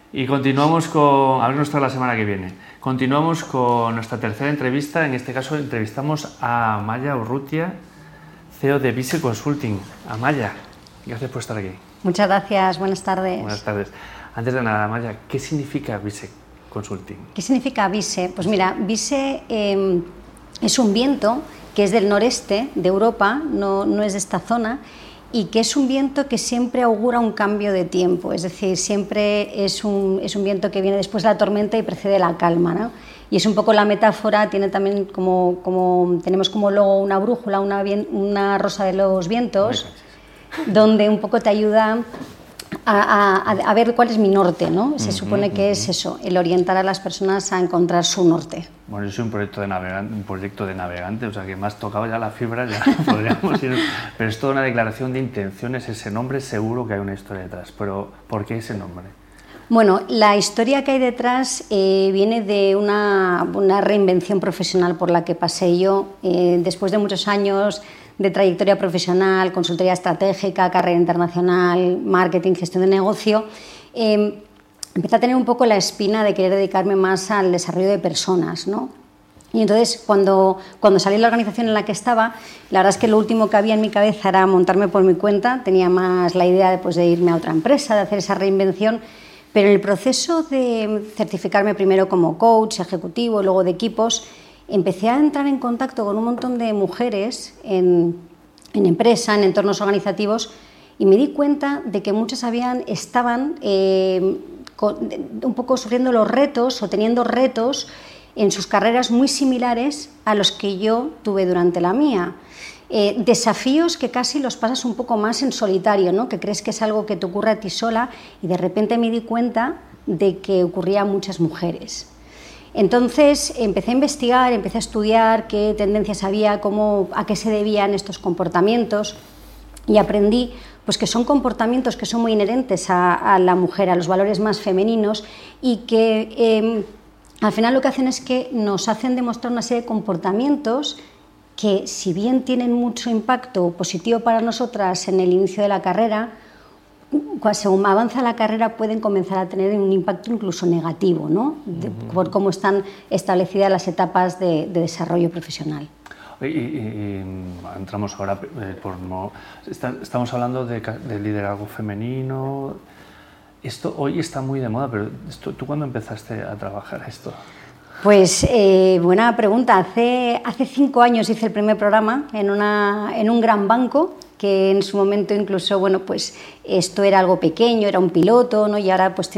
Y continuamos con, a ver, nos trae la semana que viene. Continuamos con nuestra tercera entrevista. En este caso entrevistamos a Amaya Urrutia, CEO de Vise Consulting. Amaya, gracias por estar aquí. Muchas gracias, buenas tardes. Buenas tardes. Antes de nada, Amaya, ¿qué significa Vise Consulting? ¿Qué significa Vise? Pues mira, Vise es un viento que es del noreste de Europa, no es de esta zona, y que es un viento que siempre augura un cambio de tiempo, es decir, siempre es un viento que viene después de la tormenta y precede la calma, ¿no? Y es un poco la metáfora, tiene también tenemos como logo una brújula, una rosa de los vientos, donde un poco te ayuda a ver cuál es mi norte, ¿no? Se supone que es eso, el orientar a las personas a encontrar su norte. Bueno, yo soy un proyecto de navegante, o sea que me has tocado ya la fibra, ya podríamos ir, pero es toda una declaración de intenciones, ese nombre seguro que hay una historia detrás, pero ¿por qué ese nombre? Bueno, la historia que hay detrás viene de una reinvención profesional por la que pasé yo después de muchos años de trayectoria profesional, consultoría estratégica, carrera internacional, marketing, gestión de negocio. Empecé a tener un poco la espina de querer dedicarme más al desarrollo de personas, ¿no? Y entonces, cuando salí de la organización en la que estaba, la verdad es que lo último que había en mi cabeza era montarme por mi cuenta, tenía más la idea de irme a otra empresa, de hacer esa reinvención, pero en el proceso de certificarme primero como coach ejecutivo, luego de equipos, empecé a entrar en contacto con un montón de mujeres en empresa, en entornos organizativos, y me di cuenta de que muchas estaban un poco sufriendo los retos o teniendo retos en sus carreras muy similares a los que yo tuve durante la mía. Desafíos que casi los pasas un poco más en solitario, ¿no? Que crees que es algo que te ocurre a ti sola, y de repente me di cuenta de que ocurría a muchas mujeres. Entonces empecé a investigar, empecé a estudiar qué tendencias había, a qué se debían estos comportamientos, y aprendí pues que son comportamientos que son muy inherentes a la mujer, a los valores más femeninos, y que al final lo que hacen es que nos hacen demostrar una serie de comportamientos que, si bien tienen mucho impacto positivo para nosotras en el inicio de la carrera, según avanza la carrera pueden comenzar a tener un impacto incluso negativo, ¿no? Por cómo están establecidas las etapas de desarrollo profesional. Y entramos ahora estamos hablando de liderazgo femenino. Esto hoy está muy de moda, pero ¿tú cuándo empezaste a trabajar esto? Pues buena pregunta. Hace 5 años hice el primer programa en un gran banco, que en su momento incluso, bueno, pues esto era algo pequeño, era un piloto, ¿no? Y ahora pues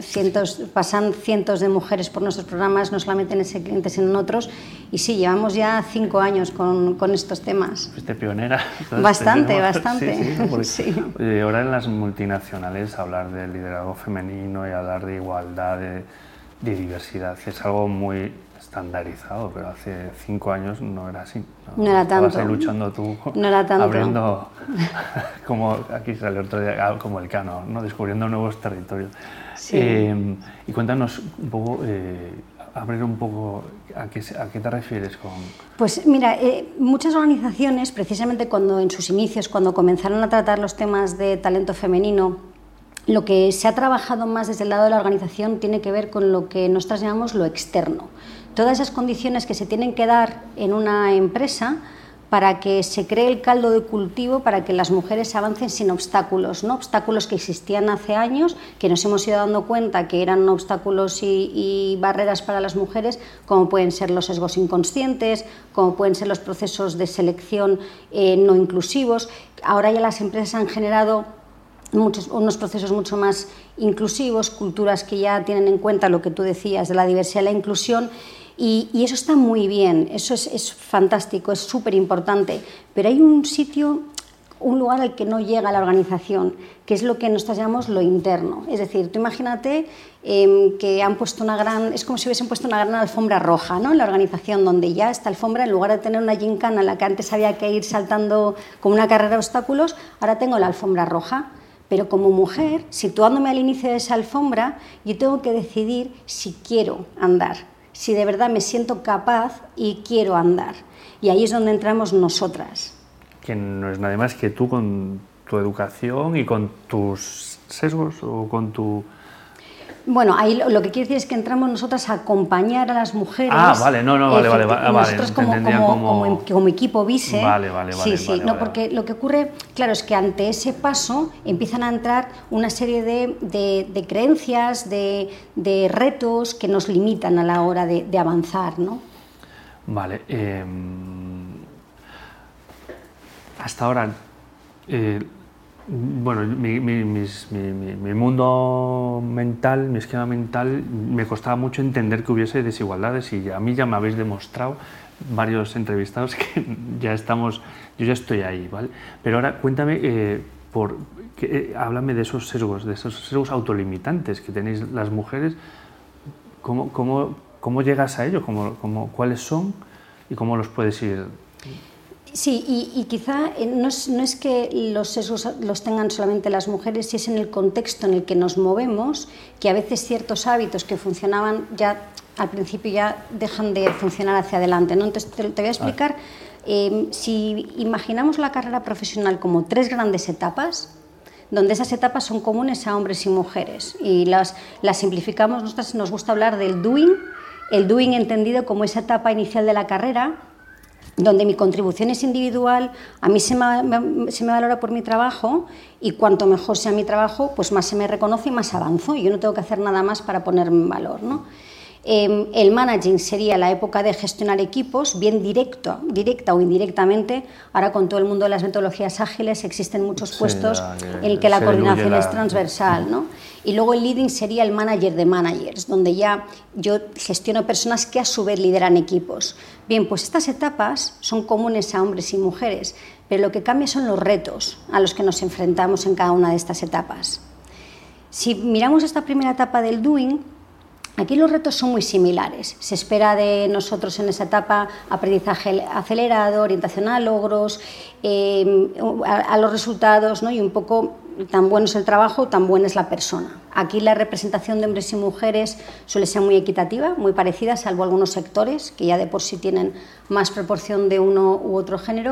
pasan cientos de mujeres por nuestros programas, no solamente en ese cliente, sino en otros, y sí, llevamos ya 5 años con estos temas. Fuiste pionera. Bastante. Sí, porque, sí. Ahora en las multinacionales hablar de liderazgo femenino y hablar de igualdad, de diversidad, es algo muy estandarizado, pero hace 5 años no era así. No era tanto. Estabas ahí luchando tú, no era tanto. Abriendo, como aquí sale otro día, como el Cano, ¿no? Descubriendo nuevos territorios. Sí. Y cuéntanos un poco, abrir un poco, ¿a qué te refieres con...? Pues mira, muchas organizaciones, precisamente en sus inicios, cuando comenzaron a tratar los temas de talento femenino, lo que se ha trabajado más desde el lado de la organización tiene que ver con lo que nosotros llamamos lo externo. Todas esas condiciones que se tienen que dar en una empresa para que se cree el caldo de cultivo para que las mujeres avancen sin obstáculos, ¿no? Obstáculos que existían hace años, que nos hemos ido dando cuenta que eran obstáculos y barreras para las mujeres, como pueden ser los sesgos inconscientes, como pueden ser los procesos de selección no inclusivos. Ahora ya las empresas han generado unos procesos mucho más inclusivos, culturas que ya tienen en cuenta lo que tú decías de la diversidad y la inclusión, y eso está muy bien, eso es fantástico, es súper importante, pero hay un lugar al que no llega la organización, que es lo que nosotros llamamos lo interno. Es decir, tú imagínate que han puesto es como si hubiesen puesto una gran alfombra roja, ¿no? En la organización, donde ya esta alfombra, en lugar de tener una gincana en la que antes había que ir saltando como una carrera de obstáculos, ahora tengo la alfombra roja. Pero como mujer, situándome al inicio de esa alfombra, yo tengo que decidir si quiero andar, si de verdad me siento capaz y quiero andar. Y ahí es donde entramos nosotras. Que no es nada más que tú con tu educación y con tus sesgos o con tu... Bueno, ahí lo que quiere decir es que entramos nosotras a acompañar a las mujeres. Vale, vale. Nosotros como equipo Vise. Vale. Porque lo que ocurre, claro, es que ante ese paso empiezan a entrar una serie de creencias, de retos que nos limitan a la hora de avanzar, ¿no? Vale. Hasta ahora, bueno, mi mundo mental, mi esquema mental, me costaba mucho entender que hubiese desigualdades y a mí ya me habéis demostrado, varios entrevistados, que yo ya estoy ahí, ¿vale? Pero ahora cuéntame, háblame de esos sesgos autolimitantes que tenéis las mujeres. ¿Cómo llegas a ello? ¿Cuáles son y cómo los puedes ir? Sí, y quizá no es que los sesgos los tengan solamente las mujeres, si es en el contexto en el que nos movemos, que a veces ciertos hábitos que funcionaban ya al principio ya dejan de funcionar hacia adelante, ¿no? Entonces te voy a explicar, si imaginamos la carrera profesional como 3 grandes etapas, donde esas etapas son comunes a hombres y mujeres, y las simplificamos. Nosotros nos gusta hablar del doing, el doing entendido como esa etapa inicial de la carrera, donde mi contribución es individual, a mí se me valora por mi trabajo, y cuanto mejor sea mi trabajo, pues más se me reconoce y más avanzo, y yo no tengo que hacer nada más para ponerme en valor, ¿no? El managing sería la época de gestionar equipos, bien directa o indirectamente. Ahora, con todo el mundo de las metodologías ágiles, existen muchos puestos en el que la coordinación es transversal, ¿no? Y luego el leading sería el manager de managers, donde ya yo gestiono personas que a su vez lideran equipos. Bien, pues estas etapas son comunes a hombres y mujeres, pero lo que cambia son los retos a los que nos enfrentamos en cada una de estas etapas. Si miramos esta primera etapa del doing, aquí los retos son muy similares. Se espera de nosotros en esa etapa aprendizaje acelerado, orientación a logros, a los resultados, ¿no? Y un poco tan bueno es el trabajo, tan buena es la persona. Aquí la representación de hombres y mujeres suele ser muy equitativa, muy parecida, salvo algunos sectores que ya de por sí tienen más proporción de uno u otro género.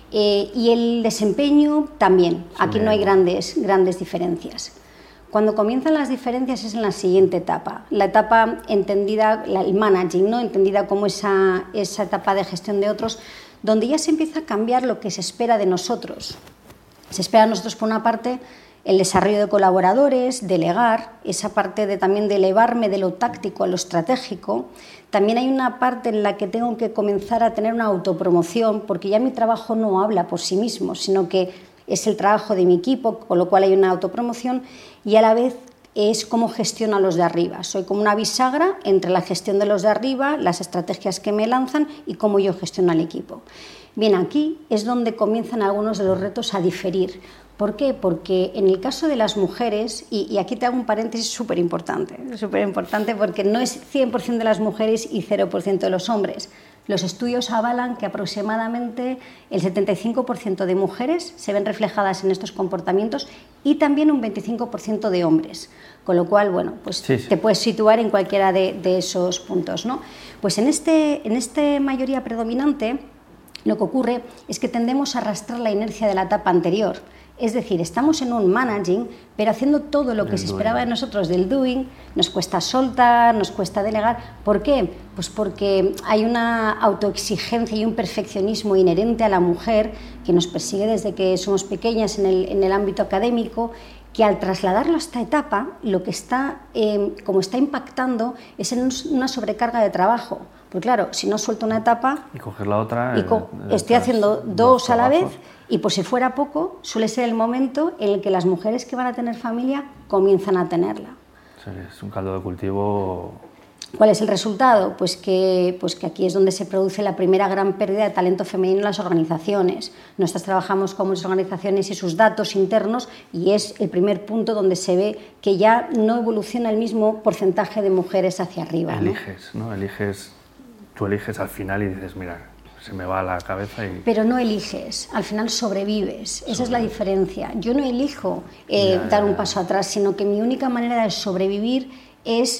Y el desempeño también. Aquí no hay grandes diferencias. Cuando comienzan las diferencias es en la siguiente etapa, la etapa entendida, el managing, ¿no? Entendida como esa etapa de gestión de otros, donde ya se empieza a cambiar lo que se espera de nosotros. Se espera de nosotros, por una parte, el desarrollo de colaboradores, delegar, esa parte también de elevarme de lo táctico a lo estratégico. También hay una parte en la que tengo que comenzar a tener una autopromoción, porque ya mi trabajo no habla por sí mismo, sino que es el trabajo de mi equipo, con lo cual hay una autopromoción, y a la vez es cómo gestiono a los de arriba. Soy como una bisagra entre la gestión de los de arriba, las estrategias que me lanzan y cómo yo gestiono al equipo. Bien, aquí es donde comienzan algunos de los retos a diferir. ¿Por qué? Porque en el caso de las mujeres, y aquí te hago un paréntesis súper importante porque no es 100% de las mujeres y 0% de los hombres. Los estudios avalan que aproximadamente el 75% de mujeres se ven reflejadas en estos comportamientos y también un 25% de hombres. Con lo cual, bueno, pues sí. Te puedes situar en cualquiera de esos puntos, ¿no? Pues en este mayoría predominante, lo que ocurre es que tendemos a arrastrar la inercia de la etapa anterior. Es decir, estamos en un managing, pero haciendo todo lo que se esperaba de nosotros del doing, nos cuesta soltar, nos cuesta delegar. ¿Por qué? Pues porque hay una autoexigencia y un perfeccionismo inherente a la mujer que nos persigue desde que somos pequeñas en el ámbito académico, que al trasladarlo a esta etapa, lo que está, como está impactando, es en una sobrecarga de trabajo. Porque claro, si no suelto una etapa y coger la otra, estoy haciendo dos a la vez, y por si fuera poco, suele ser el momento en el que las mujeres que van a tener familia comienzan a tenerla. Sí, es un caldo de cultivo. ¿Cuál es el resultado? Pues que aquí es donde se produce la primera gran pérdida de talento femenino en las organizaciones. Nosotras trabajamos con muchas organizaciones y sus datos internos, y es el primer punto donde se ve que ya no evoluciona el mismo porcentaje de mujeres hacia arriba. ¿No? Tú eliges al final y dices, mira, se me va la cabeza y... Pero no eliges, al final sobrevives. Esa es la diferencia. Yo no elijo dar un paso atrás, sino que mi única manera de sobrevivir es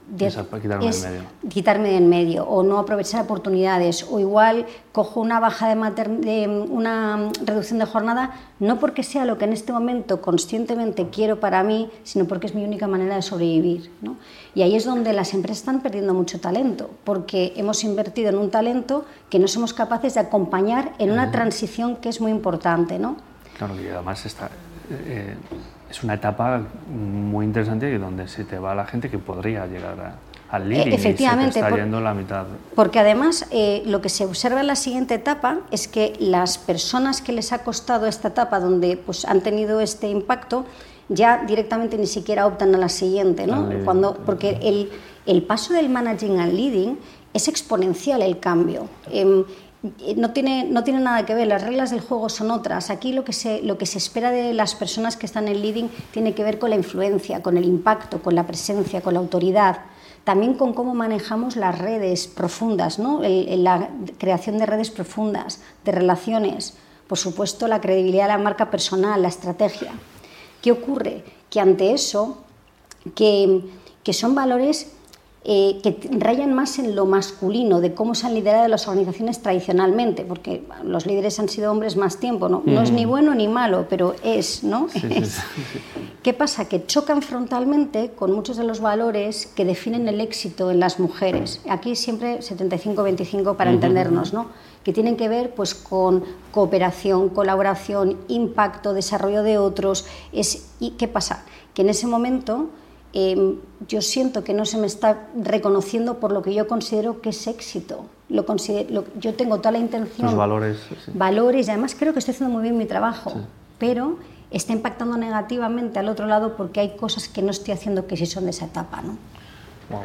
quitarme del medio. Quitarme del medio, o no aprovechar oportunidades, o igual cojo una baja una reducción de jornada, no porque sea lo que en este momento conscientemente quiero para mí, sino porque es mi única manera de sobrevivir, ¿no? Y ahí es donde las empresas están perdiendo mucho talento, porque hemos invertido en un talento que no somos capaces de acompañar en una transición que es muy importante, ¿no? Claro, y además es una etapa muy interesante donde se te va la gente que podría llegar al leading, efectivamente, y se te está yendo la mitad. Porque además lo que se observa en la siguiente etapa es que las personas que les ha costado esta etapa, donde pues, han tenido este impacto, ya directamente ni siquiera optan a la siguiente, ¿no? Porque el paso del managing al leading es exponencial el cambio. No tiene nada que ver, las reglas del juego son otras. Aquí lo que se espera de las personas que están en leading tiene que ver con la influencia, con el impacto, con la presencia, con la autoridad, también con cómo manejamos las redes profundas, ¿no? La creación de redes profundas, de relaciones, por supuesto la credibilidad de la marca personal, la estrategia. ¿Qué ocurre? Que ante eso, que son valores que rayan más en lo masculino, de cómo se han liderado las organizaciones tradicionalmente, porque los líderes han sido hombres más tiempo, ¿no? No es ni bueno ni malo, pero es, ¿no? Sí. ¿Qué pasa? Que chocan frontalmente con muchos de los valores que definen el éxito en las mujeres. Aquí siempre 75-25 para entendernos, ¿no? Que tienen que ver pues, con cooperación, colaboración, impacto, desarrollo de otros. ¿Y qué pasa? Que en ese momento yo siento que no se me está reconociendo por lo que yo considero que es éxito. Yo tengo toda la intención... Los valores. Sí. Valores, y además creo que estoy haciendo muy bien mi trabajo, pero está impactando negativamente al otro lado porque hay cosas que no estoy haciendo que sí son de esa etapa, ¿no? Wow.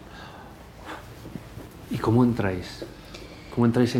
¿Y cómo entráis? ¿Cómo entráis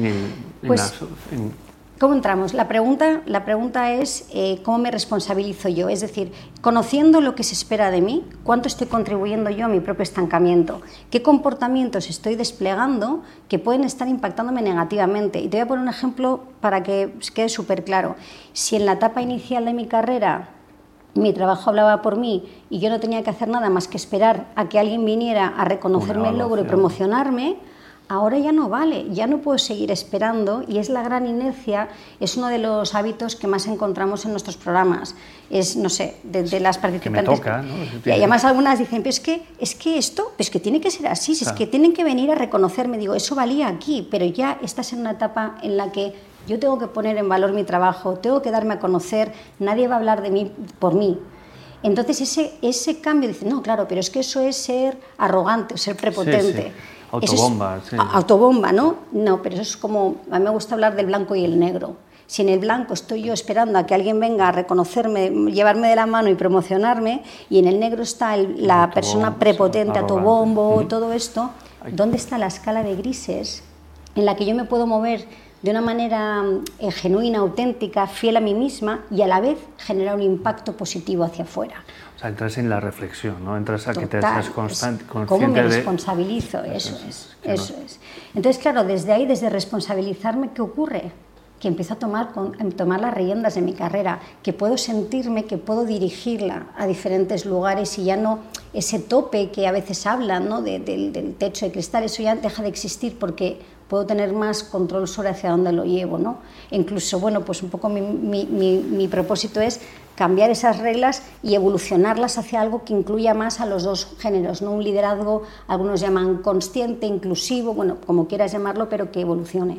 ¿Cómo entramos? La pregunta es ¿cómo me responsabilizo yo? Es decir, conociendo lo que se espera de mí, ¿cuánto estoy contribuyendo yo a mi propio estancamiento? ¿Qué comportamientos estoy desplegando que pueden estar impactándome negativamente? Y te voy a poner un ejemplo para que quede súper claro. Si en la etapa inicial de mi carrera mi trabajo hablaba por mí y yo no tenía que hacer nada más que esperar a que alguien viniera a reconocerme el logro y promocionarme, ahora ya no vale, ya no puedo seguir esperando, y es la gran inercia, es uno de los hábitos que más encontramos en nuestros programas. Es, no sé, de las participantes. Que me toca, ¿no? Y además algunas dicen, pero es que esto, pues que tiene que ser así, es que tienen que venir a reconocerme. Digo, eso valía aquí, pero ya estás en una etapa en la que yo tengo que poner en valor mi trabajo, tengo que darme a conocer, nadie va a hablar de mí por mí. Entonces ese cambio, dice, no, claro, pero es que eso es ser arrogante, o ser prepotente. Sí. Autobomba, Autobomba, ¿no? No, pero eso es como, a mí me gusta hablar del blanco y el negro. Si en el blanco estoy yo esperando a que alguien venga a reconocerme, llevarme de la mano y promocionarme, y en el negro está la persona prepotente, autobombo, todo esto, ¿dónde está la escala de grises en la que yo me puedo mover de una manera genuina, auténtica, fiel a mí misma y a la vez generar un impacto positivo hacia afuera? O sea, entras en la reflexión, ¿no? Entras a que te seas consciente ¿cómo me responsabilizo? Eso es. Entonces, claro, desde ahí, desde responsabilizarme, ¿qué ocurre? Que empiezo a tomar las riendas de mi carrera, que puedo sentirme, que puedo dirigirla a diferentes lugares y ya no ese tope que a veces hablan, ¿no? del techo de cristal, eso ya deja de existir porque puedo tener más control sobre hacia dónde lo llevo, ¿no? E incluso, bueno, pues un poco mi propósito es cambiar esas reglas y evolucionarlas hacia algo que incluya más a los dos géneros, ¿no? Un liderazgo, algunos llaman consciente, inclusivo, bueno, como quieras llamarlo, pero que evolucione.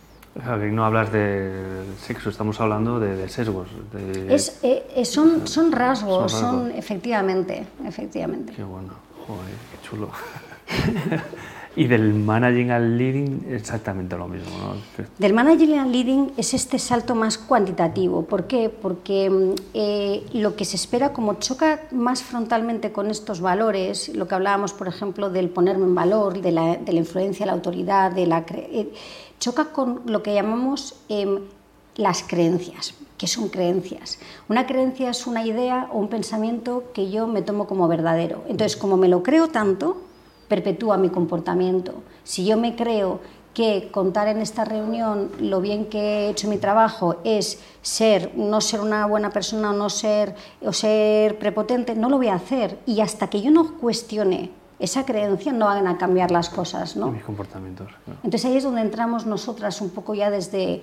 No hablas de sexo, estamos hablando de sesgos. Son rasgos, efectivamente. Qué bueno, joder, qué chulo. Y del managing al leading exactamente lo mismo, ¿no? Del managing al leading es este salto más cuantitativo. ¿Por qué? Porque lo que se espera, como choca más frontalmente con estos valores, lo que hablábamos, por ejemplo, del ponerme en valor, de la influencia, la autoridad, choca con lo que llamamos las creencias. ¿Qué son creencias? Una creencia es una idea o un pensamiento que yo me tomo como verdadero. Entonces, como me lo creo tanto, perpetúa mi comportamiento. Si yo me creo que contar en esta reunión lo bien que he hecho mi trabajo es no ser una buena persona o ser prepotente, no lo voy a hacer. Y hasta que yo no cuestione esa creencia no van a cambiar las cosas, ¿no? Mis comportamientos. ¿No? Entonces ahí es donde entramos nosotras un poco ya desde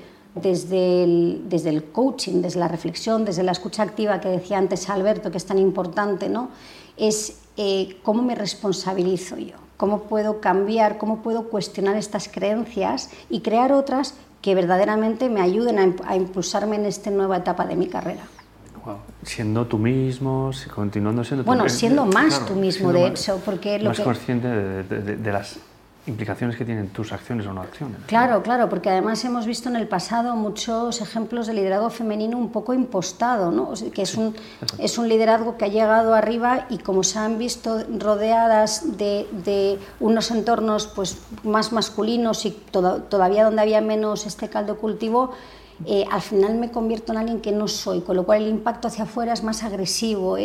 el coaching, desde la reflexión, desde la escucha activa que decía antes Alberto, que es tan importante, ¿no? Es cómo me responsabilizo yo, cómo puedo cambiar, cómo puedo cuestionar estas creencias y crear otras que verdaderamente me ayuden a impulsarme en esta nueva etapa de mi carrera. Wow. Siendo tú mismo, continuando siendo tú mismo. Bueno, siendo más tú mismo, de hecho, porque más consciente de las implicaciones que tienen tus acciones o no acciones. Claro, claro, porque además hemos visto en el pasado muchos ejemplos de liderazgo femenino un poco impostado, ¿no? O sea, que es un liderazgo que ha llegado arriba y como se han visto rodeadas de unos entornos pues, más masculinos y todavía donde había menos este caldo de cultivo, al final me convierto en alguien que no soy, con lo cual el impacto hacia afuera es más agresivo,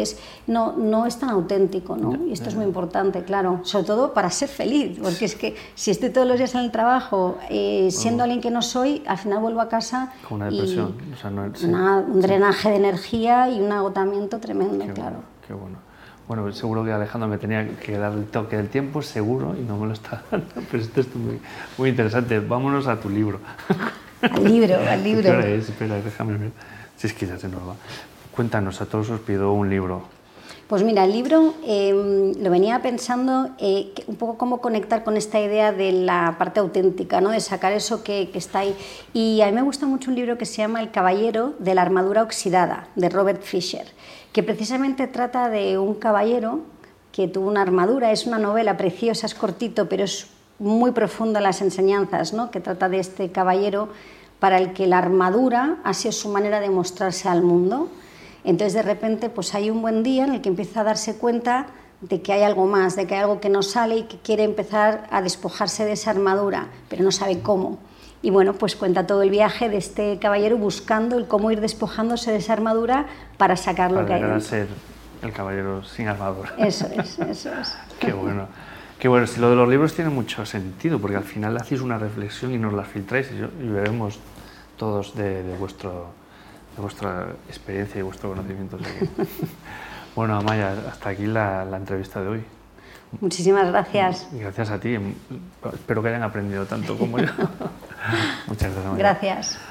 no es tan auténtico, ¿no? Y esto es muy importante, claro, sobre todo para ser feliz, porque es que si estoy todos los días en el trabajo siendo alguien que no soy, al final vuelvo a casa con una depresión, y o sea, un drenaje de energía y un agotamiento tremendo, claro. Qué bueno. Bueno, seguro que Alejandro me tenía que dar el toque del tiempo, seguro, y no me lo está dando, pero esto es muy interesante. Vámonos a tu libro. Al libro. ¿Qué hora es? Espera, déjame ver. Si es que ya se nos va. Cuéntanos, a todos os pido un libro. Pues mira, el libro lo venía pensando un poco cómo conectar con esta idea de la parte auténtica, ¿no? De sacar eso que está ahí. Y a mí me gusta mucho un libro que se llama El caballero de la armadura oxidada, de Robert Fisher, que precisamente trata de un caballero que tuvo una armadura. Es una novela preciosa, es cortito, pero es muy profunda las enseñanzas, ¿no? Que trata de este caballero para el que la armadura ha sido su manera de mostrarse al mundo. Entonces de repente pues hay un buen día en el que empieza a darse cuenta de que hay algo más, de que hay algo que no sale y que quiere empezar a despojarse de esa armadura, pero no sabe cómo. Y bueno, pues cuenta todo el viaje de este caballero buscando el cómo ir despojándose de esa armadura para sacar lo que hay dentro. Para ser el caballero sin armadura. Eso es. Qué bueno. Que bueno, si lo de los libros tiene mucho sentido, porque al final hacéis una reflexión y nos las filtráis y veremos todos de vuestra experiencia y vuestro conocimiento. Bueno, Amaya, hasta aquí la entrevista de hoy. Muchísimas gracias. Y gracias a ti. Espero que hayan aprendido tanto como yo. Muchas gracias, Amaya. Gracias.